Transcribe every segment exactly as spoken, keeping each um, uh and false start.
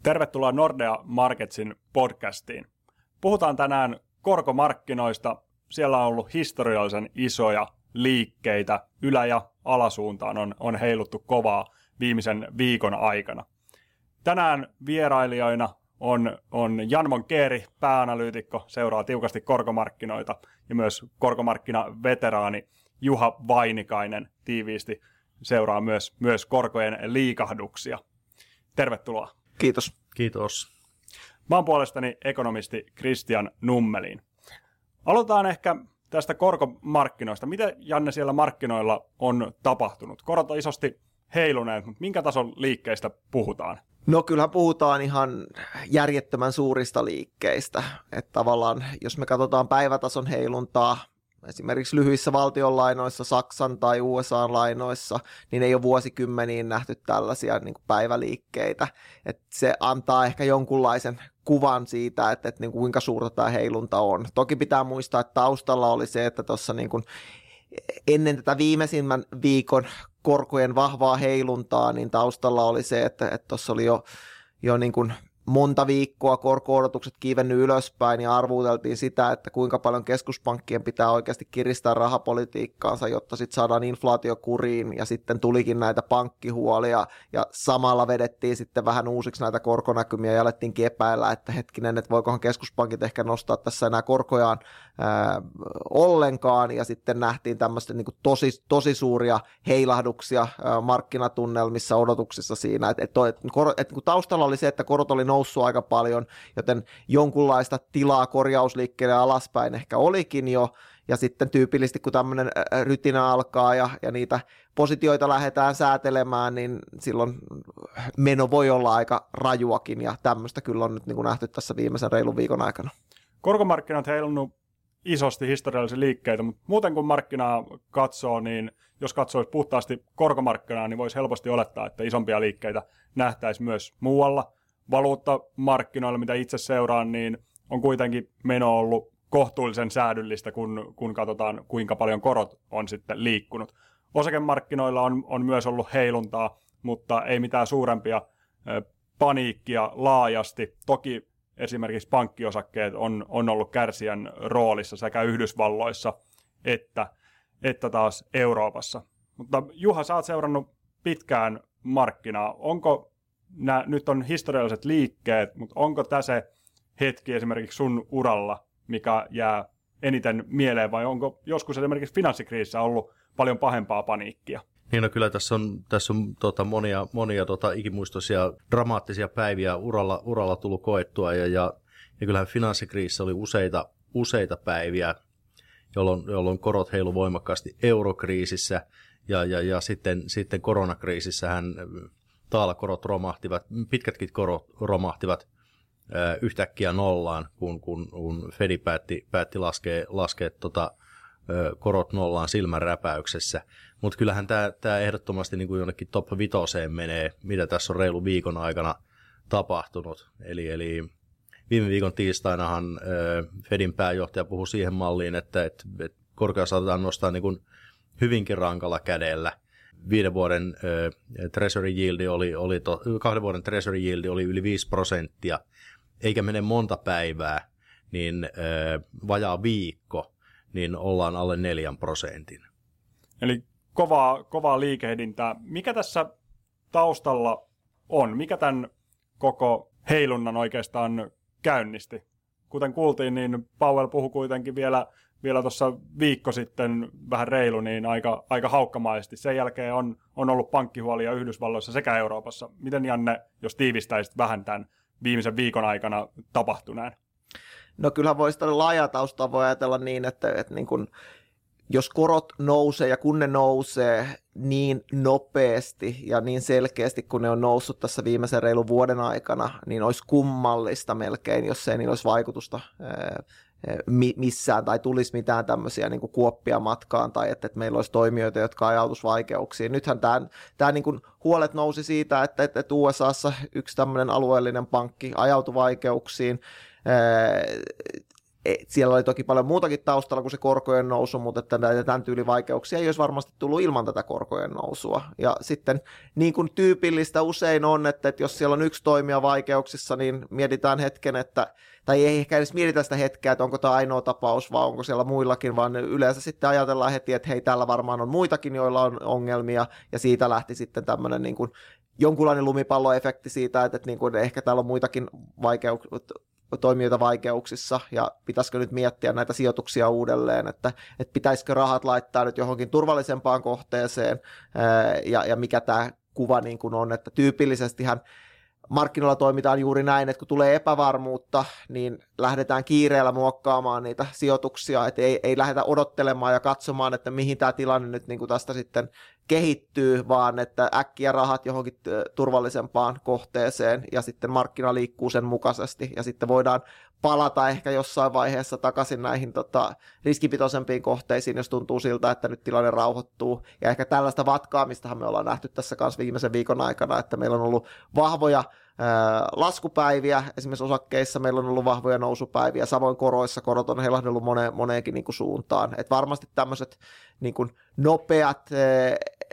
Tervetuloa Nordea Marketsin podcastiin. Puhutaan tänään korkomarkkinoista. Siellä on ollut historiallisen isoja liikkeitä. Ylä- ja alasuuntaan on, on heiluttu kovaa viimeisen viikon aikana. Tänään vierailijoina on, on Jan Monkeeri, pääanalyytikko, seuraa tiukasti korkomarkkinoita, ja myös korkomarkkinaveteraani Juha Vainikainen tiiviisti seuraa myös, myös korkojen liikahduksia. Tervetuloa. Kiitos. Kiitos. Mä oon puolestani ekonomisti Kristian Nummelin. Aloitetaan ehkä tästä korkomarkkinoista. Mitä, Janne, siellä markkinoilla on tapahtunut? Korot on isosti heiluneet, mutta minkä tason liikkeistä puhutaan? No kyllähän puhutaan ihan järjettömän suurista liikkeistä. Että tavallaan jos me katsotaan päivätason heiluntaa, esimerkiksi lyhyissä valtionlainoissa, Saksan tai U S A-lainoissa, niin ei ole vuosikymmeniin nähty tällaisia niin kuin päiväliikkeitä. Et se antaa ehkä jonkunlaisen kuvan siitä, että, että niin kuin kuinka suurta tämä heilunta on. Toki pitää muistaa, että taustalla oli se, että tuossa niin kuin ennen tätä viimeisimmän viikon korkojen vahvaa heiluntaa, niin taustalla oli se, että tuossa oli jo, jo niin kuin monta viikkoa korko-odotukset kiivennyt ylöspäin ja arvuuteltiin sitä, että kuinka paljon keskuspankkien pitää oikeasti kiristää rahapolitiikkaansa, jotta sitten saadaan inflaatio kuriin, ja sitten tulikin näitä pankkihuolia ja samalla vedettiin sitten vähän uusiksi näitä korkonäkymiä ja alettiinkin epäillä, että hetkinen, että voikohan keskuspankit ehkä nostaa tässä enää korkojaan ää, ollenkaan, ja sitten nähtiin tämmöistä niin kuin tosi, tosi suuria heilahduksia ää, markkinatunnelmissa odotuksissa siinä, että, että, että, että kun taustalla oli se, että korot oli noussut aika paljon, joten jonkunlaista tilaa korjausliikkeelle alaspäin ehkä olikin jo, ja sitten tyypillisesti kun tämmöinen rytinä alkaa ja, ja niitä positioita lähdetään säätelemään, niin silloin meno voi olla aika rajuakin, ja tämmöistä kyllä on nyt niin kuin nähty tässä viimeisen reilun viikon aikana. Korkomarkkinat heilunut isosti historiallisia liikkeitä, mutta muuten kun markkinaa katsoo, niin jos katsoisi puhtaasti korkomarkkinaa, niin voisi helposti olettaa, että isompia liikkeitä nähtäisi myös muualla. Valuuttamarkkinoilla, mitä itse seuraan, niin on kuitenkin meno ollut kohtuullisen säädyllistä, kun, kun katsotaan, kuinka paljon korot on sitten liikkunut. Osakemarkkinoilla on, on myös ollut heiluntaa, mutta ei mitään suurempia ö, paniikkia laajasti. Toki esimerkiksi pankkiosakkeet on, on ollut kärsijän roolissa sekä Yhdysvalloissa että, että taas Euroopassa. Mutta Juha, sä oot seurannut pitkään markkinaa. Onko Nämä, nyt on historialliset liikkeet, mutta onko tämä se hetki esimerkiksi sun uralla, mikä jää eniten mieleen, vai onko joskus esimerkiksi finanssikriisissä ollut paljon pahempaa paniikkia? Niin no kyllä tässä on, tässä on tota, monia, monia tota, ikimuistoisia dramaattisia päiviä uralla, uralla tullut koettua, ja, ja, ja kyllähän finanssikriisissä oli useita, useita päiviä, jolloin, jolloin korot heilu voimakkaasti eurokriisissä, ja, ja, ja sitten, sitten koronakriisissähän taalakorot romahtivat, pitkätkin korot romahtivat ö, yhtäkkiä nollaan, kun, kun, kun Fedi päätti, päätti laskea, laskea tota, ö, korot nollaan silmänräpäyksessä. Mutta kyllähän tämä ehdottomasti niin kuin jonnekin top vitoseen menee, mitä tässä on reilu viikon aikana tapahtunut. Eli, eli viime viikon tiistainahan ö, Fedin pääjohtaja puhui siihen malliin, että et, et korkoja saatetaan nostaa niin kuin hyvinkin rankalla kädellä. Viiden vuoden äh, treasury yieldi oli, oli to, kahden vuoden treasury yieldi oli yli viisi prosenttia, eikä mene monta päivää, niin äh, vajaa viikko, niin ollaan alle neljän prosentin. Eli kovaa, kovaa liikehdintää. Mikä tässä taustalla on? Mikä tämän koko heilunnan oikeastaan käynnisti? Kuten kuultiin, niin Powell puhui kuitenkin vielä vielä tuossa viikko sitten vähän reilu, niin aika, aika haukkamaisesti. Sen jälkeen on, on ollut pankkihuolia Yhdysvalloissa sekä Euroopassa. Miten, Janne, jos tiivistäisit vähän tämän viimeisen viikon aikana tapahtuneen? No kyllähän voisi tällä laajaa taustaa voi ajatella niin, että, että niin kun, jos korot nousee ja kun ne nousee niin nopeasti ja niin selkeästi, kun ne on noussut tässä viimeisen reilun vuoden aikana, niin olisi kummallista melkein, jos ei niillä olisi vaikutusta missään tai tulisi mitään tämmöisiä niin kuin kuoppia matkaan tai että, että meillä olisi toimijoita, jotka ajautuisi vaikeuksiin. Nythän tämä, tämä niin kuin huolet nousi siitä, että, että U S A:ssa yksi tämmöinen alueellinen pankki ajautui vaikeuksiin. siellä oli toki paljon muutakin taustalla kuin se korkojen nousu, mutta että näitä tämän tyylin vaikeuksia ei olisi varmasti tullut ilman tätä korkojen nousua. Ja sitten niin kuin tyypillistä usein on, että, että jos siellä on yksi toimija vaikeuksissa, niin mietitään hetken, että, tai ei ehkä edes mietitä sitä hetkeä, että onko tämä ainoa tapaus vai onko siellä muillakin, vaan yleensä sitten ajatellaan heti, että hei, täällä varmaan on muitakin, joilla on ongelmia, ja siitä lähti sitten tämmöinen niin kuin jonkunlainen lumipalloefekti siitä, että, että niin kuin ehkä täällä on muitakin vaikeuksia, toimijoita vaikeuksissa, ja pitäisikö nyt miettiä näitä sijoituksia uudelleen, että, että pitäisikö rahat laittaa nyt johonkin turvallisempaan kohteeseen, ja, ja mikä tämä kuva niin kuin on, että tyypillisestihan markkinoilla toimitaan juuri näin, että kun tulee epävarmuutta, niin lähdetään kiireellä muokkaamaan niitä sijoituksia, että ei, ei lähdetä odottelemaan ja katsomaan, että mihin tämä tilanne nyt niin kuin tästä sitten kehittyy, vaan että äkkiä rahat johonkin turvallisempaan kohteeseen ja sitten markkina liikkuu sen mukaisesti ja sitten voidaan palata ehkä jossain vaiheessa takaisin näihin tota, riskipitoisempiin kohteisiin, jos tuntuu siltä, että nyt tilanne rauhoittuu. Ja ehkä tällaista vatkaamistahan me ollaan nähty tässä kanssa viimeisen viikon aikana, että meillä on ollut vahvoja ää, laskupäiviä, esimerkiksi osakkeissa meillä on ollut vahvoja nousupäiviä, samoin koroissa korot on heilahdellut moneen, moneenkin niin kuin suuntaan. Et varmasti tämmöiset niin kuin nopeat ää,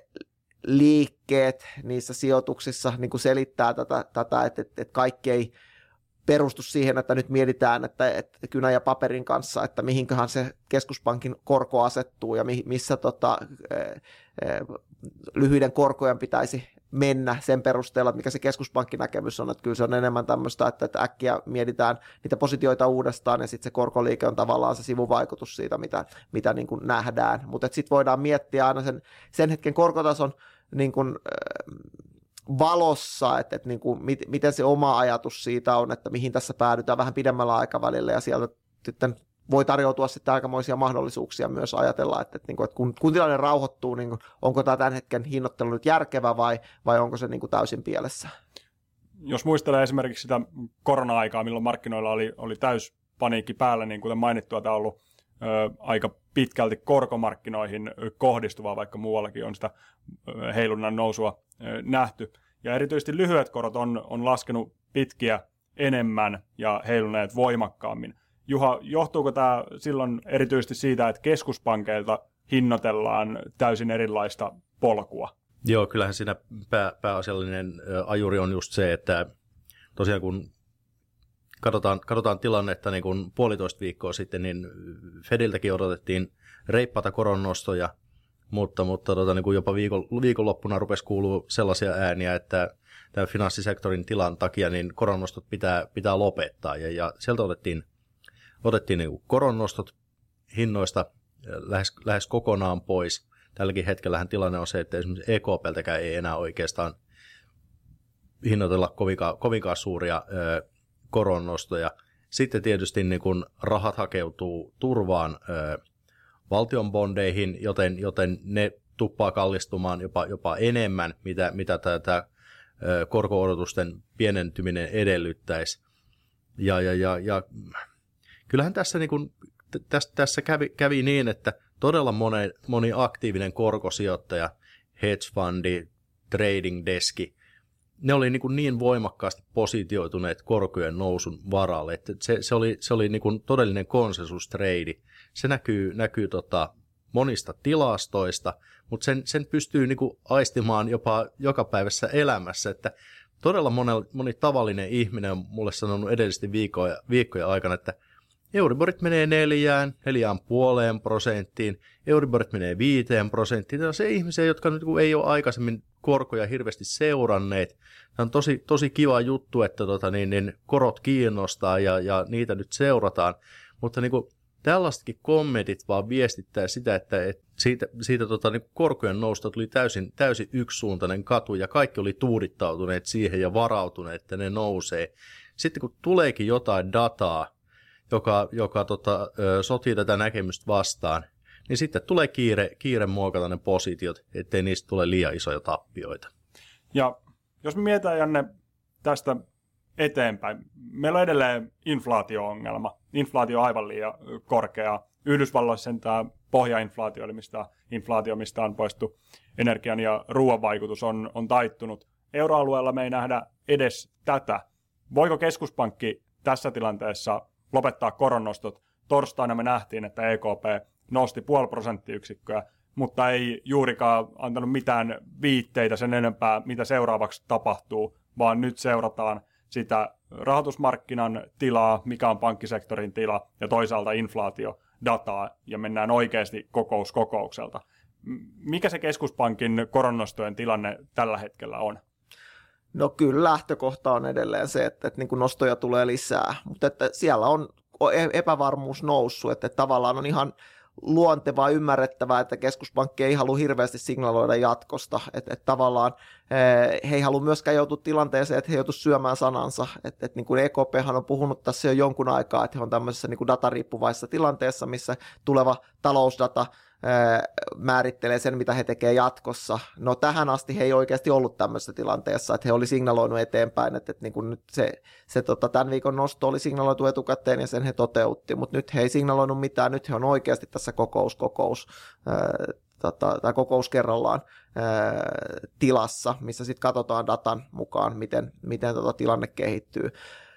liikkeet niissä sijoituksissa niin kuin selittää tätä, tätä että, että, että kaikki ei perustu siihen, että nyt mietitään, että, että kynän ja paperin kanssa, että mihinköhän se keskuspankin korko asettuu ja missä tota, lyhyiden korkojen pitäisi mennä sen perusteella, että mikä se keskuspankkinäkemys on, että kyllä se on enemmän tämmöistä, että, että äkkiä mietitään niitä positioita uudestaan ja sitten se korkoliike on tavallaan se sivuvaikutus siitä, mitä, mitä niin kuin nähdään, mutta sitten voidaan miettiä aina sen, sen hetken korkotason niin kuin, valossa, että, että niin kuin, mit, miten se oma ajatus siitä on, että mihin tässä päädytään vähän pidemmällä aikavälillä ja sieltä sitten voi tarjoutua sitten aikamoisia mahdollisuuksia myös ajatella, että, että, että kun, kun tilanne rauhoittuu, niin onko tämä tämän hetken hinnoittelu nyt järkevä vai, vai onko se niin kuin täysin pielessä? Jos muistelee esimerkiksi sitä korona-aikaa, milloin markkinoilla oli, oli täys paniikki päällä, niin kuten mainittua, tämä on ollut ö, aika pitkälti korkomarkkinoihin kohdistuvaa, vaikka muuallakin on sitä ö, heilunnan nousua ö, nähty. Ja erityisesti lyhyet korot on, on laskenut pitkiä enemmän ja heilunneet voimakkaammin. Juha, johtuuko tämä silloin erityisesti siitä, että keskuspankeilta hinnoitellaan täysin erilaista polkua? Joo, kyllähän siinä pää, pääasiallinen ajuri on just se, että tosiaan kun katsotaan, katsotaan tilannetta niin kun puolitoista viikkoa sitten, niin Fediltäkin odotettiin reippaata koronnostoja, mutta, mutta tota, niin kuin jopa viikon, viikonloppuna rupesi kuulua sellaisia ääniä, että tämän finanssisektorin tilan takia niin koronnostot pitää, pitää lopettaa, ja, ja sieltä otettiin Otettiin niin koronnostot hinnoista lähes, lähes kokonaan pois. Tälläkin hetkellähän tilanne on se, että esimerkiksi E K P:ltäkään ei enää oikeastaan hinnoitella kovinkaan, kovinkaan suuria ö, koronnostoja. Sitten tietysti niin kun rahat hakeutuu turvaan ö, valtion bondeihin, joten, joten ne tuppaa kallistumaan jopa, jopa enemmän, mitä, mitä tätä ö, korko-odotusten pienentyminen edellyttäisi. Ja, ja, ja, ja kyllähän tässä, niin kuin, tässä, tässä kävi, kävi niin, että todella moni, moni aktiivinen korkosijoittaja, hedge fundi, trading deski, ne oli niin, kuin niin voimakkaasti positioituneet korkojen nousun varalle, että se, se oli, se oli niin kuin todellinen konsensustrade. Se näkyy, näkyy tota monista tilastoista, mutta sen, sen pystyy niin kuin aistimaan jopa jokapäiväisessä elämässä, että todella moni, moni tavallinen ihminen on mulle sanonut edellisesti viikkoja, viikkoja aikana, että Euriborit menee neljään, neljään puoleen prosenttiin, Euriborit menee viiteen prosenttiin. Tämä on se ihmisiä, jotka nyt ei ole aikaisemmin korkoja hirveästi seuranneet. Tämä on tosi, tosi kiva juttu, että tota, niin, niin korot kiinnostaa ja, ja niitä nyt seurataan. Mutta niin kuin, tällaisetkin kommentit vaan viestittää sitä, että, että siitä, siitä tota, niin korkojen nousta tuli täysin, täysin yksisuuntainen katu ja kaikki oli tuudittautuneet siihen ja varautuneet, että ne nousee. Sitten kun tuleekin jotain dataa, joka, joka tota, sotii tätä näkemystä vastaan, niin sitten tulee kiire, kiire muokata ne positiot, ettei niistä tule liian isoja tappioita. Ja jos me mietitään, Janne, tästä eteenpäin, meillä on edelleen inflaatio-ongelma. Inflaatio on aivan liian korkea. Yhdysvalloissa sen tämä pohjainflaatio, eli mistä inflaatio, mistä on poistu energian ja ruoan vaikutus, on, on taittunut. Euroalueella me ei nähdä edes tätä. Voiko keskuspankki tässä tilanteessa lopettaa koronnostot torstaina me nähtiin, että E K P nosti puoli prosenttiyksikköä, mutta ei juurikaan antanut mitään viitteitä sen enempää, mitä seuraavaksi tapahtuu, vaan nyt seurataan sitä rahoitusmarkkinan tilaa, mikä on pankkisektorin tila, ja toisaalta inflaatiodataa, ja mennään oikeasti kokous kokoukselta. Mikä se keskuspankin koronnostojen tilanne tällä hetkellä on? No kyllä lähtökohta on edelleen se, että, että niin kuin nostoja tulee lisää, mutta että siellä on epävarmuus noussut, että tavallaan on ihan luontevaa, ymmärrettävää, että keskuspankki ei halua hirveästi signaloida jatkosta, että, että tavallaan he ei halua myöskään joutua tilanteeseen, että he joutuisivat syömään sanansa, että, että niin kuin E K P:han on puhunut tässä jo jonkun aikaa, että he on tämmöisessä niin kuin datariippuvaisessa tilanteessa, missä tuleva talousdata määrittelee sen, mitä he tekevät jatkossa. No tähän asti he ei oikeasti ollut tämmöisessä tilanteessa, että he oli signaloinut eteenpäin, että, että niin kuin nyt se, se tota, tämän viikon nosto oli signaloitu etukäteen ja sen he toteutti, mutta nyt he ei signaloinut mitään, nyt he on oikeasti tässä kokous, kokous, ää, tota, tai kokous kerrallaan ää, tilassa, missä sitten katsotaan datan mukaan, miten, miten tota tilanne kehittyy.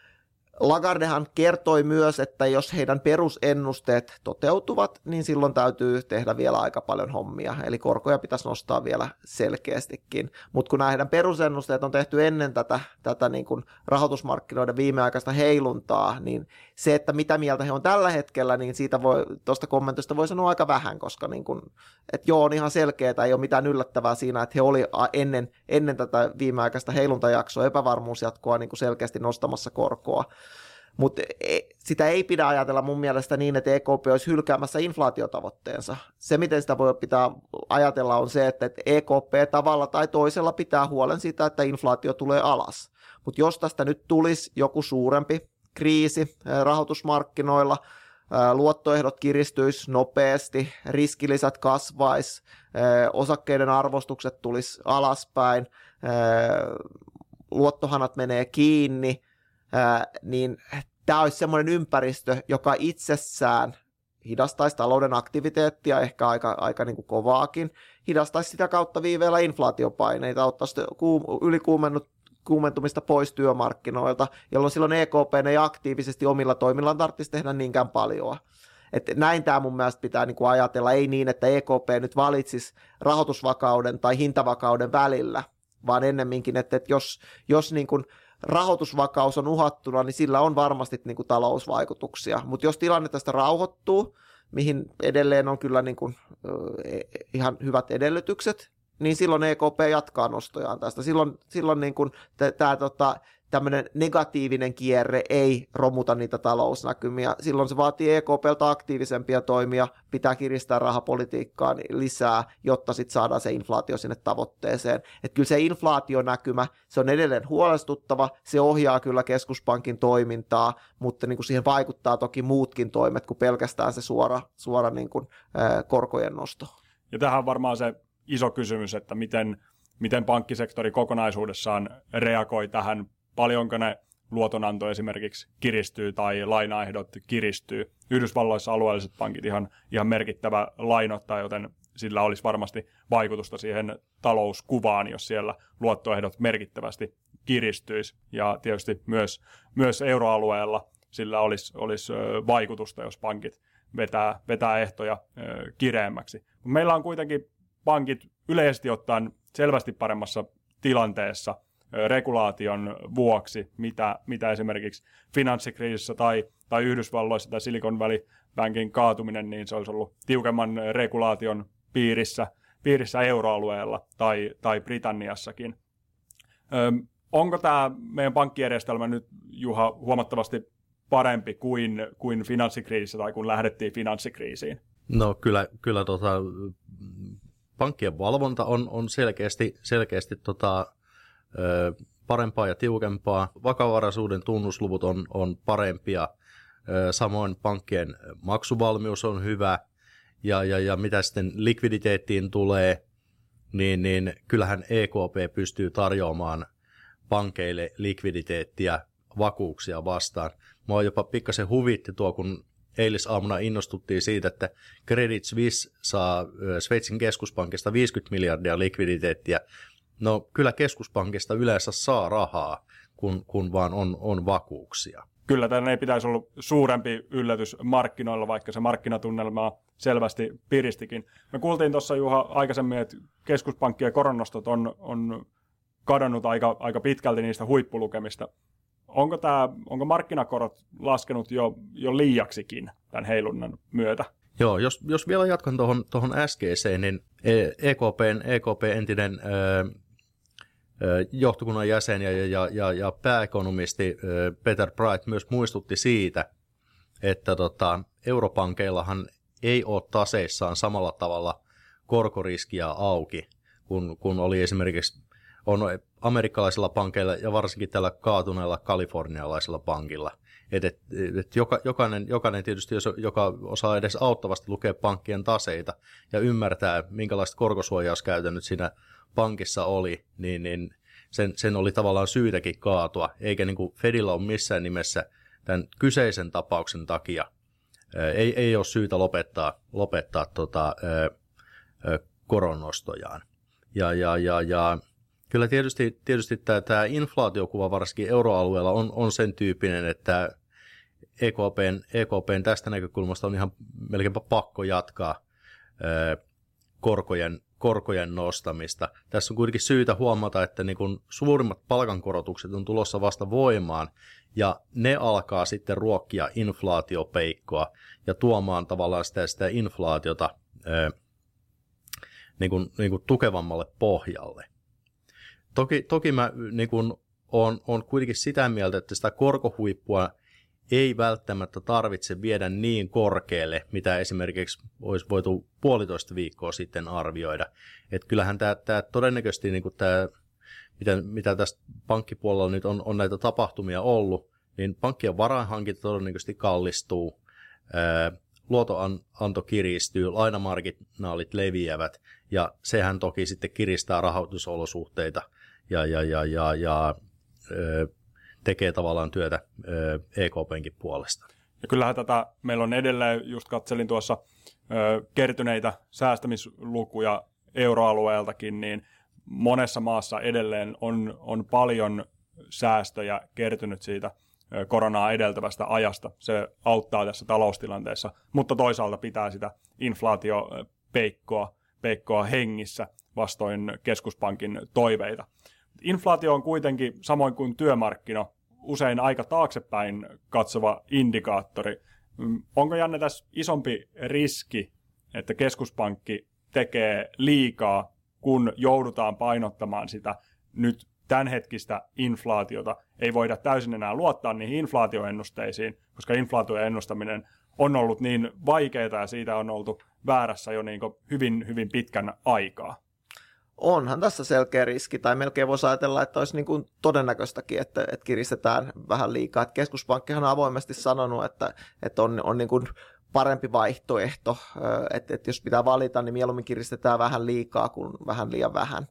Lagardehan kertoi myös, että jos heidän perusennusteet toteutuvat, niin silloin täytyy tehdä vielä aika paljon hommia, eli korkoja pitäisi nostaa vielä selkeästikin. Mutta kun nämä heidän perusennusteet on tehty ennen tätä, tätä niin kuin rahoitusmarkkinoiden viimeaikaista heiluntaa, niin se, että mitä mieltä he on tällä hetkellä, niin siitä voi, tuosta kommentista voi sanoa aika vähän, koska niin kuin, että joo, on ihan selkeää, ei ole mitään yllättävää siinä, että he oli ennen, ennen tätä viimeaikaista heiluntajaksoa, epävarmuusjatkoa niin kuin selkeästi nostamassa korkoa. Mutta sitä ei pidä ajatella mun mielestä niin, että E K P olisi hylkäämässä inflaatiotavoitteensa. Se, miten sitä voi pitää ajatella, on se, että E K P tavalla tai toisella pitää huolen siitä, että inflaatio tulee alas. Mutta jos tästä nyt tulisi joku suurempi kriisi rahoitusmarkkinoilla, luottoehdot kiristyisi nopeasti, riskilisät kasvaisi, osakkeiden arvostukset tulisi alaspäin, luottohanat menee kiinni, niin tämä olisi semmoinen ympäristö, joka itsessään hidastaisi talouden aktiviteettia, ehkä aika, aika niin kuin kovaakin, hidastaisi sitä kautta viiveellä inflaatiopaineita, ottaisi ylikuumentumista pois työmarkkinoilta, jolloin silloin E K P ei aktiivisesti omilla toimillaan tarvitsisi tehdä niinkään paljon. Että näin tämä mun mielestä pitää niin kuin ajatella, ei niin, että E K P nyt valitsisi rahoitusvakauden tai hintavakauden välillä, vaan ennemminkin, että, että jos, jos niin kuin rahoitusvakaus on uhattuna, niin sillä on varmasti niin kuin talousvaikutuksia. Mutta jos tilanne tästä rauhoittuu, mihin edelleen on kyllä niin kuin, äh, ihan hyvät edellytykset, niin silloin E K P jatkaa nostojaan tästä. Silloin, silloin niin kuin tämä tota, tämmöinen negatiivinen kierre ei romuta niitä talousnäkymiä. Silloin se vaatii E K P:ltä aktiivisempia toimia, pitää kiristää rahapolitiikkaa lisää, jotta sitten saadaan se inflaatio sinne tavoitteeseen. Että kyllä se inflaationäkymä, se on edelleen huolestuttava, se ohjaa kyllä keskuspankin toimintaa, mutta niin kuin siihen vaikuttaa toki muutkin toimet kuin pelkästään se suora, suora niin kuin, ää, korkojen nosto. Ja tähän on varmaan se iso kysymys, että miten, miten pankkisektori kokonaisuudessaan reagoi tähän, paljonko ne luotonanto esimerkiksi kiristyy tai lainaehdot kiristyy. Yhdysvalloissa alueelliset pankit ihan, ihan merkittävä lainoittaja, joten sillä olisi varmasti vaikutusta siihen talouskuvaan, jos siellä luottoehdot merkittävästi kiristyisi. Ja tietysti myös, myös euroalueella sillä olisi, olisi vaikutusta, jos pankit vetää, vetää ehtoja kireemmäksi. Meillä on kuitenkin pankit yleisesti ottaen selvästi paremmassa tilanteessa regulaation vuoksi, mitä, mitä esimerkiksi finanssikriisissä tai, tai Yhdysvalloissa tai Silicon Valley Bankin kaatuminen, niin se olisi ollut tiukemman regulaation piirissä, piirissä euroalueella tai, tai Britanniassakin. Ö, onko tämä meidän pankkijärjestelmä nyt, Juha, huomattavasti parempi kuin, kuin finanssikriisissä tai kun lähdettiin finanssikriisiin? No kyllä, kyllä tota, pankkien valvonta on, on selkeästi, selkeästi tota, ö, parempaa ja tiukempaa. Vakavaraisuuden tunnusluvut on, on parempia. Ö, samoin pankkien maksuvalmius on hyvä. Ja, ja, ja mitä sitten likviditeettiin tulee, niin, niin kyllähän E K P pystyy tarjoamaan pankeille likviditeettiä vakuuksia vastaan. Mua jopa pikkasen huvitti tuo, kun eilisaamuna innostuttiin siitä, että Credit Suisse saa Sveitsin keskuspankista viisikymmentä miljardia likviditeettiä. No kyllä keskuspankista yleensä saa rahaa, kun, kun vaan on, on vakuuksia. Kyllä tämän ei pitäisi olla suurempi yllätys markkinoilla, vaikka se markkinatunnelma selvästi piristikin. Me kuultiin tuossa, Juha, aikaisemmin, että keskuspankkien koronnostot on, on kadonnut aika, aika pitkälti niistä huippulukemista. Onko, tämä, onko markkinakorot laskenut jo, jo liiaksikin tämän heilunnan myötä? Joo, jos, jos vielä jatkan tuohon, tuohon äskeiseen, niin E K P:n, E K P entinen ää, johtokunnan jäsen ja, ja, ja, ja pääekonomisti Peter Bright myös muistutti siitä, että tota, europankeillahan ei ole taseissaan samalla tavalla korkoriskiä auki, kun, kun oli esimerkiksi on amerikkalaisilla pankeilla ja varsinkin tällä kaatuneella kalifornialaisella pankilla. Et, et, et joka, jokainen, jokainen tietysti, jos, joka osaa edes auttavasti lukea pankkien taseita ja ymmärtää, minkälaiset korkosuojauskäytännöt siinä pankissa oli, niin, niin sen, sen oli tavallaan syytäkin kaatua, eikä niin kuin Fedillä ole missään nimessä tämän kyseisen tapauksen takia ää, ei, ei ole syytä lopettaa, lopettaa tota, ää, ää, koronnostojaan. Ja, ja, ja, ja kyllä tietysti, tietysti tämä, tämä inflaatiokuva varsinkin euroalueella on, on sen tyyppinen, että E K P:n, E K P:n tästä näkökulmasta on ihan melkeinpä pakko jatkaa ää, korkojen, korkojen nostamista. Tässä on kuitenkin syytä huomata, että niin kun suurimmat palkankorotukset on tulossa vasta voimaan, ja ne alkaa sitten ruokkia inflaatiopeikkoa ja tuomaan tavallaan sitä, sitä inflaatiota ää, niin kun, niin kun tukevammalle pohjalle. Toki, toki mä niin kun, on, on kuitenkin sitä mieltä, että sitä korkohuippua ei välttämättä tarvitse viedä niin korkealle, mitä esimerkiksi olisi voitu puolitoista viikkoa sitten arvioida. Et kyllähän tämä, tämä todennäköisesti, niin kuin tämä, mitä, mitä tästä pankkipuolella nyt on, on näitä tapahtumia ollut, niin pankkien varainhankinta todennäköisesti kallistuu, ää, luotonanto kiristyy, lainamarginaalit leviävät, ja sehän toki sitten kiristää rahoitusolosuhteita ja, ja, ja, ja, ja ää, tekee tavallaan työtä E K P:nkin puolesta. Ja kyllähän tätä, meillä on edelleen, just katselin tuossa kertyneitä säästämislukuja euroalueeltakin, niin monessa maassa edelleen on, on paljon säästöjä kertynyt siitä koronaa edeltävästä ajasta. Se auttaa tässä taloustilanteessa, mutta toisaalta pitää sitä inflaatiopeikkoa peikkoa hengissä vastoin keskuspankin toiveita. Inflaatio on kuitenkin, samoin kuin työmarkkino, usein aika taaksepäin katsova indikaattori. Onko, Janne, tässä isompi riski, että keskuspankki tekee liikaa, kun joudutaan painottamaan sitä nyt tämänhetkistä inflaatiota? Ei voida täysin enää luottaa niihin inflaatioennusteisiin, koska inflaation ennustaminen on ollut niin vaikeaa ja siitä on oltu väärässä jo niin kuin hyvin, hyvin pitkän aikaa. Onhan tässä selkeä riski, tai melkein voisi ajatella, että olisi niin kuin todennäköistäkin, että, että kiristetään vähän liikaa. Että keskuspankkihan on avoimesti sanonut, että, että on, on niin kuin parempi vaihtoehto, että, että jos pitää valita, niin mieluummin kiristetään vähän liikaa kuin vähän liian vähän.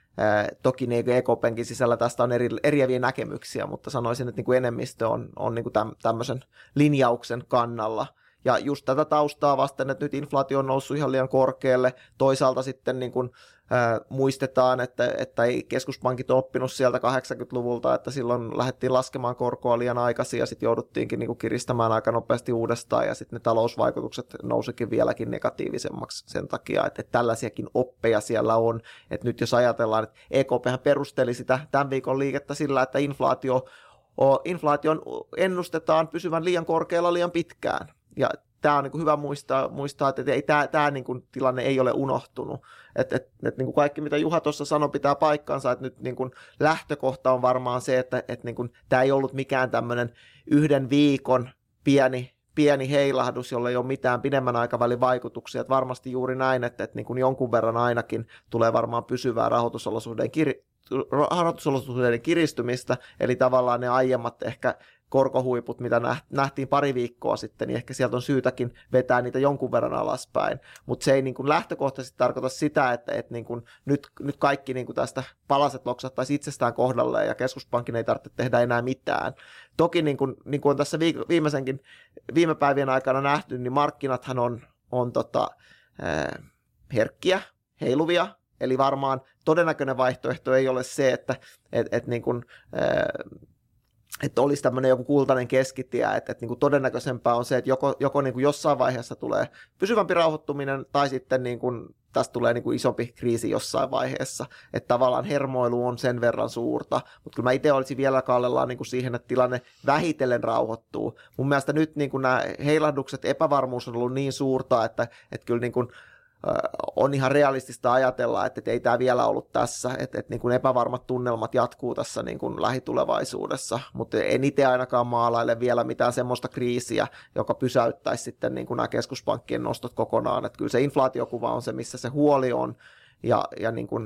Toki niin E K P:nkin sisällä tästä on eri, eriäviä näkemyksiä, mutta sanoisin, että niin kuin enemmistö on, on niin kuin täm, tämmöisen linjauksen kannalla. Ja just tätä taustaa vasten, että nyt inflaatio on noussut ihan liian korkealle. Toisaalta sitten niin kuin, ää, muistetaan, että, että ei keskuspankit ole oppinut sieltä kahdeksankymmentäluvulta, että silloin lähdettiin laskemaan korkoa liian aikaisin ja sitten jouduttiinkin niin kuin kiristämään aika nopeasti uudestaan ja sitten ne talousvaikutukset nousikin vieläkin negatiivisemmaksi sen takia, että, että tällaisiakin oppeja siellä on. Että nyt jos ajatellaan, että E K P:hän perusteli sitä tämän viikon liikettä sillä, että inflaatio, inflaation ennustetaan pysyvän liian korkealla liian pitkään. Ja tämä on niin kuin hyvä muistaa, muistaa, että ei, tämä, tämä niin kuin tilanne ei ole unohtunut. Et, et, et niin kuin kaikki, mitä Juha tuossa sanoi, pitää paikkansa, että nyt niin kuin lähtökohta on varmaan se, että et niin kuin, tämä ei ollut mikään tämmöinen yhden viikon pieni, pieni heilahdus, jolla ei ole mitään pidemmän aikavälin vaikutuksia. Et varmasti juuri näin, että et niin kuin jonkun verran ainakin tulee varmaan pysyvää rahoitusolosuhteiden, kir- rahoitusolosuhteiden kiristymistä, eli tavallaan ne aiemmat ehkä korkohuiput, mitä nähtiin pari viikkoa sitten, niin ehkä sieltä on syytäkin vetää niitä jonkun verran alaspäin. Mutta se ei niin kuin lähtökohtaisesti tarkoita sitä, että, että niin kuin nyt, nyt kaikki niin kuin tästä palaset loksattaisi itsestään kohdalleen ja keskuspankin ei tarvitse tehdä enää mitään. Toki niin kuin, niin kuin on tässä viimeisenkin viime päivien aikana nähty, niin markkinathan on, on tota, äh, herkkiä, heiluvia. Eli varmaan todennäköinen vaihtoehto ei ole se, että et, et niin kuin, äh, että olisi tämmöinen joku kultainen keskitie, että, että niin kuin todennäköisempää on se, että joko, joko niin kuin jossain vaiheessa tulee pysyvämpi rauhoittuminen tai sitten niin kuin tästä tulee niin kuin isompi kriisi jossain vaiheessa, että tavallaan hermoilu on sen verran suurta, mutta kyllä mä itse olisin vielä kallellaan niin kuin siihen, että tilanne vähitellen rauhoittuu. Mun mielestä nyt niin kuin nämä heilahdukset, epävarmuus on ollut niin suurta, että, että kyllä niin kuin on ihan realistista ajatella, että ei tämä vielä ollut tässä, että, että niin kuin epävarmat tunnelmat jatkuu tässä niin kuin lähitulevaisuudessa, mutta en itse ainakaan maalaile vielä mitään semmoista kriisiä, joka pysäyttäisi sitten niin kuin nämä keskuspankkien nostot kokonaan, että kyllä se inflaatiokuva on se, missä se huoli on, ja, ja niin kuin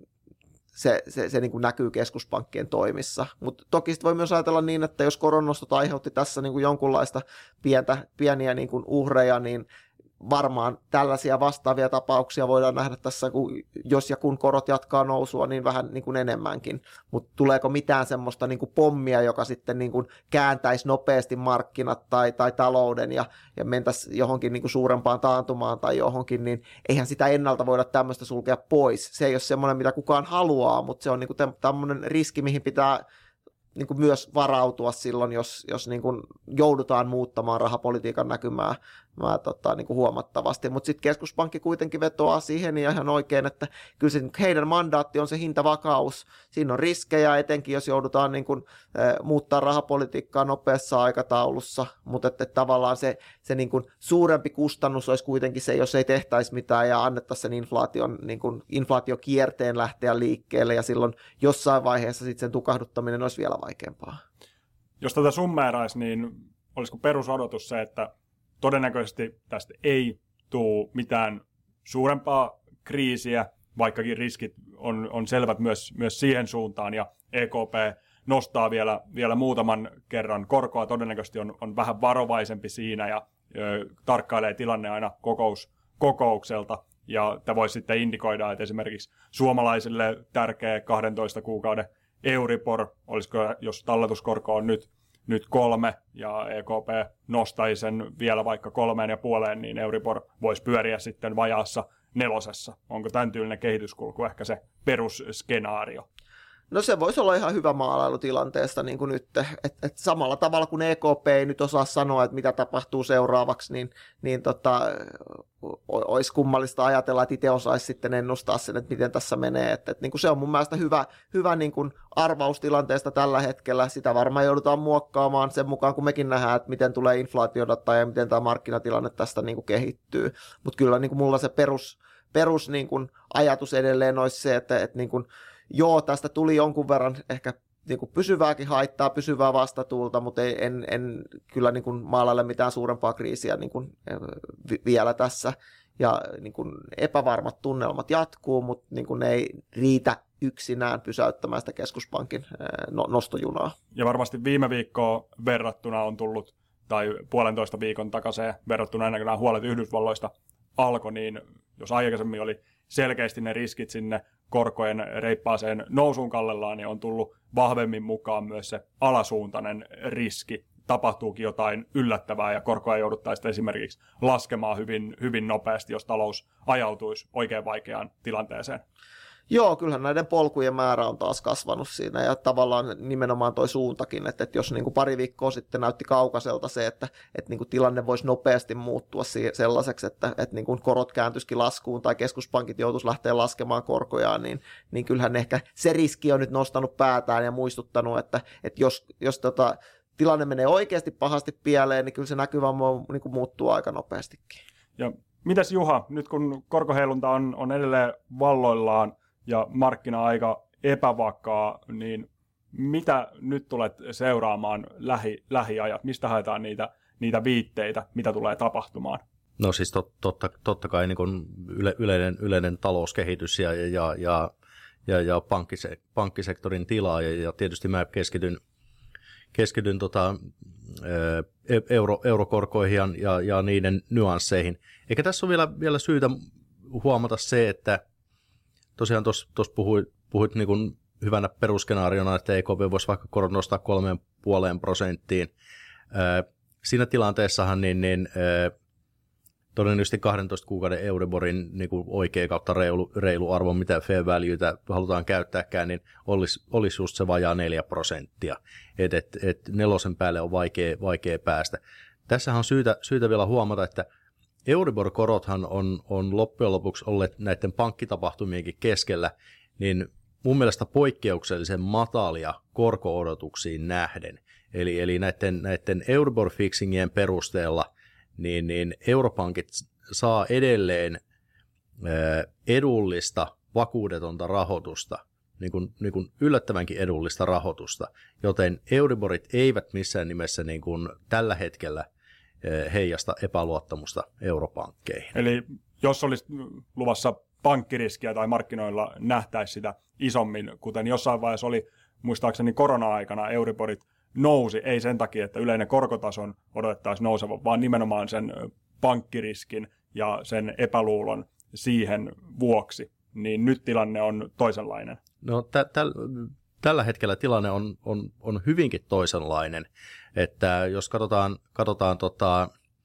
se, se, se niin kuin näkyy keskuspankkien toimissa, mutta toki voi myös ajatella niin, että jos koronostot aiheutti tässä niin kuin jonkunlaista pientä, pieniä niin kuin uhreja, niin varmaan tällaisia vastaavia tapauksia voidaan nähdä tässä, kun jos ja kun korot jatkaa nousua, niin vähän niin kuin enemmänkin. Mutta tuleeko mitään semmoista niin kuin pommia, joka sitten niin kuin kääntäisi nopeasti markkinat tai, tai talouden ja, ja mentäisi johonkin niin kuin suurempaan taantumaan tai johonkin, niin eihän sitä ennalta voida tämmöistä sulkea pois. Se ei ole semmoinen, mitä kukaan haluaa, mutta se on niin kuin tämmöinen riski, mihin pitää niin kuin myös varautua silloin, jos, jos niin kuin joudutaan muuttamaan rahapolitiikan näkymää mä, tota, niin kuin huomattavasti. Mutta sitten keskuspankki kuitenkin vetoaa siihen ja ihan oikein, että kyllä se, heidän mandaatti on se hintavakaus. Siinä on riskejä, etenkin jos joudutaan niin kuin, eh, muuttaa rahapolitiikkaa nopeassa aikataulussa, mutta että, että tavallaan se, se niin kuin suurempi kustannus olisi kuitenkin se, jos ei tehtäisi mitään ja annettaisiin sen inflaation, niin kuin inflaatiokierteen lähteä liikkeelle ja silloin jossain vaiheessa sitten sen tukahduttaminen olisi vielä vaikeampaa. Jos tätä summeeraisi, niin olisiko perusodotus se, että todennäköisesti tästä ei tule mitään suurempaa kriisiä, vaikkakin riskit on, on selvät myös, myös siihen suuntaan, ja E K P nostaa vielä, vielä muutaman kerran korkoa, todennäköisesti on, on vähän varovaisempi siinä, ja ö, tarkkailee tilanne aina kokous, kokoukselta, ja tämä voisi sitten indikoida, että esimerkiksi suomalaisille tärkeä kahdentoista kuukauden Euribor, olisiko, jos talletuskorko on nyt, nyt kolme ja E K P nostaisi sen vielä vaikka kolmeen ja puoleen, niin Euribor voisi pyöriä sitten vajaassa nelosessa. Onko tämän tyylinen kehityskulku ehkä se perusskenaario? No se voisi olla ihan hyvä maalailu tilanteesta niin kuin nyt, että et samalla tavalla kuin E K P ei nyt osaa sanoa, että mitä tapahtuu seuraavaksi, niin, niin tota, olisi kummallista ajatella, että itse osaisi sitten ennustaa sen, että miten tässä menee. Et, et, niin kuin se on mun mielestä hyvä, hyvä niin kuin arvaustilanteesta tällä hetkellä. Sitä varmaan joudutaan muokkaamaan sen mukaan, kun mekin nähdään, että miten tulee inflaatiodata ja miten tämä markkinatilanne tästä niin kuin kehittyy. Mutta kyllä niin kuin mulla se perus, perus niin kuin ajatus edelleen olisi se, että, että niin kuin joo, tästä tuli jonkun verran ehkä niin kuin pysyvääkin haittaa, pysyvää vastatuulta, mutta ei, en, en kyllä niin kuin maalaile mitään suurempaa kriisiä niin kuin vi- vielä tässä. Ja niin kuin epävarmat tunnelmat jatkuu, mutta niin kuin ne ei riitä yksinään pysäyttämään sitä keskuspankin no- nostojunaa. Ja varmasti viime viikkoon verrattuna on tullut, tai puolentoista viikon takaisin verrattuna ennen kuin nämä huolet Yhdysvalloista alkoi, niin jos aikaisemmin oli selkeästi ne riskit sinne korkojen reippaaseen nousuun kallellaan, niin on tullut vahvemmin mukaan myös se alasuuntainen riski. Tapahtuukin jotain yllättävää ja korkoja jouduttaisiin esimerkiksi laskemaan hyvin, hyvin nopeasti, jos talous ajautuisi oikein vaikeaan tilanteeseen. Joo, kyllähän näiden polkujen määrä on taas kasvanut siinä ja tavallaan nimenomaan toi suuntakin, että, että jos niin kuin pari viikkoa sitten näytti kaukaiselta se, että, että niin kuin tilanne voisi nopeasti muuttua sellaiseksi, että, että niin kuin korot kääntyisikin laskuun tai keskuspankit joutuisi lähteä laskemaan korkojaan, niin, niin kyllähän ehkä se riski on nyt nostanut päätään ja muistuttanut, että, että jos, jos tota, tilanne menee oikeasti pahasti pieleen, niin kyllä se näkyvä niin kuin muuttuu aika nopeastikin. Ja mitäs Juha, nyt kun korkoheilunta on, on edelleen valloillaan, ja markkina aika epävakaa, niin mitä nyt tulet seuraamaan lähi, lähiajat? Mistä haetaan niitä, niitä viitteitä, mitä tulee tapahtumaan? No siis tot, totta, totta kai niin kuin yle, yleinen, yleinen talouskehitys ja, ja, ja, ja, ja pankkise, pankkisektorin tila, ja, ja tietysti mä keskityn, keskityn tota, euro, eurokorkoihin ja, ja niiden nyansseihin. Eikä tässä ole vielä, vielä syytä huomata se, että tosiaan tuossa puhuit, puhuit niin kuin hyvänä perusskenaariona, että E K P voisi vaikka korot nostaa kolmeen puoleen prosenttiin. Siinä tilanteessahan niin, niin, todennäköisesti kahdentoista kuukauden Euriborin niin kuin oikea kautta reilu, reilu arvo, mitä fair valuetä halutaan käyttääkään, niin olisi, olisi just se vajaa neljä prosenttia. Et, et, et nelosen päälle on vaikea, vaikea päästä. Tässähän on syytä, syytä vielä huomata, että Euribor-korothan on, on loppujen lopuksi olleet näiden pankkitapahtumienkin keskellä, niin mun mielestä poikkeuksellisen matalia korko-odotuksiin nähden. Eli, eli näiden, näiden Euribor-fixingien perusteella niin, niin europankit saa edelleen ää, edullista, vakuudetonta rahoitusta, niin kuin, niin kuin yllättävänkin edullista rahoitusta, joten Euriborit eivät missään nimessä niin kuin tällä hetkellä ää, heijasta epäluottamusta europankkeihin. Eli jos olisi luvassa pankkiriskiä tai markkinoilla nähtäisi sitä isommin, kuten jossain vaiheessa oli, muistaakseni korona-aikana Euriborit nousi, ei sen takia, että yleinen korkotason odotettaisiin nousevan, vaan nimenomaan sen pankkiriskin ja sen epäluulon siihen vuoksi, niin nyt tilanne on toisenlainen. No tä- täl- tällä hetkellä tilanne on, on, on hyvinkin toisenlainen, että jos katsotaan, katsotaan tota,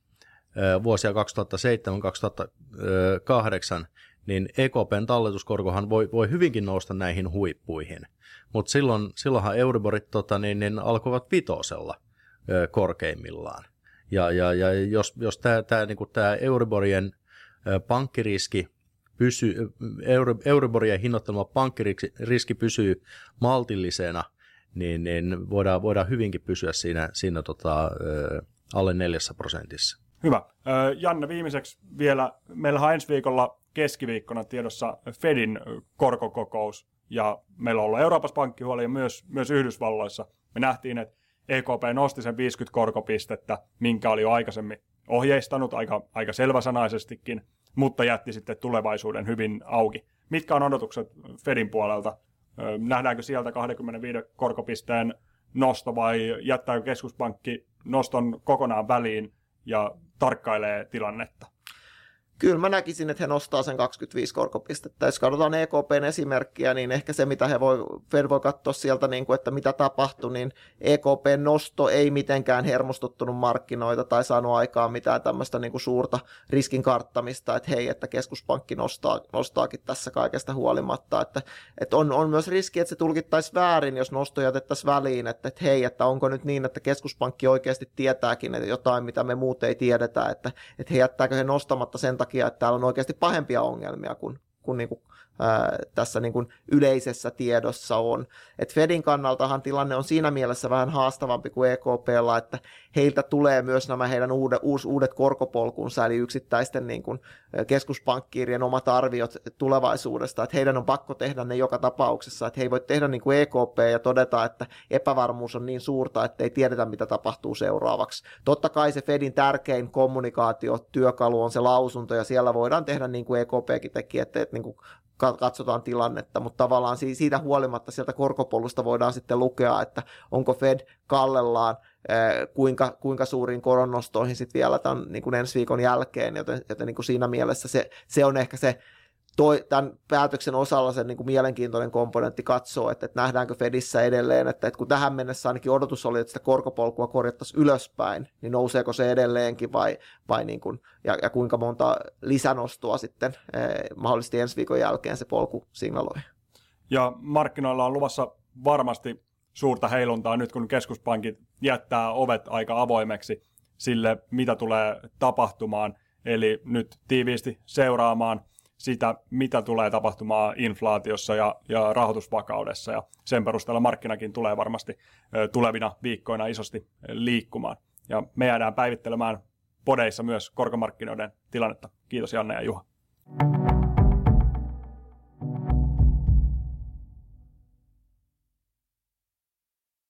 vuosia kaksituhattaseitsemän kaksituhattakahdeksan, niin E K P:n talletuskorkohan voi, voi hyvinkin nousta näihin huippuihin, mutta silloin, silloinhan Euriborit tota, niin, niin alkoivat vitosella ö, korkeimmillaan. Ja, ja, ja jos, jos tämä niinku, Euriborien ö, pankkiriski pysyy, Euri, Euriborien hinnoittelema pankkiriski pysyy maltillisena, niin, niin voidaan, voidaan hyvinkin pysyä siinä, siinä tota, ö, alle neljässä prosentissa. Hyvä. Janne, viimeiseksi vielä, meillähän on ensi viikolla keskiviikkona tiedossa Fedin korkokokous, ja meillä on ollut Euroopassa pankkihuoli ja myös, myös Yhdysvalloissa. Me nähtiin, että E K P nosti sen viisikymmentä korkopistettä, minkä oli jo aikaisemmin ohjeistanut aika, aika selväsanaisestikin, mutta jätti sitten tulevaisuuden hyvin auki. Mitkä on odotukset Fedin puolelta? Nähdäänkö sieltä kaksikymmentäviisi korkopisteen nosto vai jättääkö keskuspankki noston kokonaan väliin ja tarkkailee tilannetta? Kyllä mä näkisin, että he nostaa sen kaksikymmentäviisi korkopistettä. Jos katsotaan E K P:n esimerkkiä, niin ehkä se, mitä he voi, Fed voi katsoa sieltä, niin kuin, että mitä tapahtui, niin E K P:n nosto ei mitenkään hermostuttunut markkinoita tai saanut aikaan mitään tämmöistä niin kuin suurta riskin karttamista, että hei, että keskuspankki nostaa, nostaakin tässä kaikesta huolimatta. Että, että on, on myös riski, että se tulkittaisi väärin, jos nosto jätettäisiin väliin, että, että hei, että onko nyt niin, että keskuspankki oikeasti tietääkin että jotain, mitä me muut ei tiedetä, että, että he jättääkö he nostamatta sen takia, että täällä on oikeasti pahempia ongelmia kuin, kuin, niin kuin ää, tässä niin kuin yleisessä tiedossa on. Et Fedin kannaltahan tilanne on siinä mielessä vähän haastavampi kuin E K P:lla, että heiltä tulee myös nämä heidän uudet, uudet korkopolkunsa, eli yksittäisten niin kuin keskuspankkiirien omat arviot tulevaisuudesta, että heidän on pakko tehdä ne joka tapauksessa, että he ei voi tehdä niin kuin E K P ja todeta, että epävarmuus on niin suurta, että ei tiedetä, mitä tapahtuu seuraavaksi. Totta kai se Fedin tärkein kommunikaatiotyökalu on se lausunto, ja siellä voidaan tehdä niin kuin E K P:kin teki, että, että niin kuin katsotaan tilannetta, mutta tavallaan siitä huolimatta sieltä korkopolusta voidaan sitten lukea, että onko Fed kallellaan, kuinka, kuinka suuriin koronnostoihin sitten vielä tämän niin kuin ensi viikon jälkeen, joten, joten niin kuin siinä mielessä se, se on ehkä se toi, tämän päätöksen osalla se niin kuin mielenkiintoinen komponentti katsoo, että, että nähdäänkö Fedissä edelleen, että, että kun tähän mennessä ainakin odotus oli, että sitä korkopolkua korjattaisiin ylöspäin, niin nouseeko se edelleenkin vai, vai niin kuin, ja, ja kuinka monta lisänostoa sitten eh, mahdollisesti ensi viikon jälkeen se polku signaloi. Ja markkinoilla on luvassa varmasti suurta heiluntaa nyt, kun keskuspankit jättää ovet aika avoimeksi sille, mitä tulee tapahtumaan, eli nyt tiiviisti seuraamaan sitä, mitä tulee tapahtumaan inflaatiossa ja, ja rahoitusvakaudessa, ja sen perusteella markkinakin tulee varmasti ö, tulevina viikkoina isosti liikkumaan. Ja me jäädään päivittelemään podeissa myös korkomarkkinoiden tilannetta. Kiitos Janne ja Juha.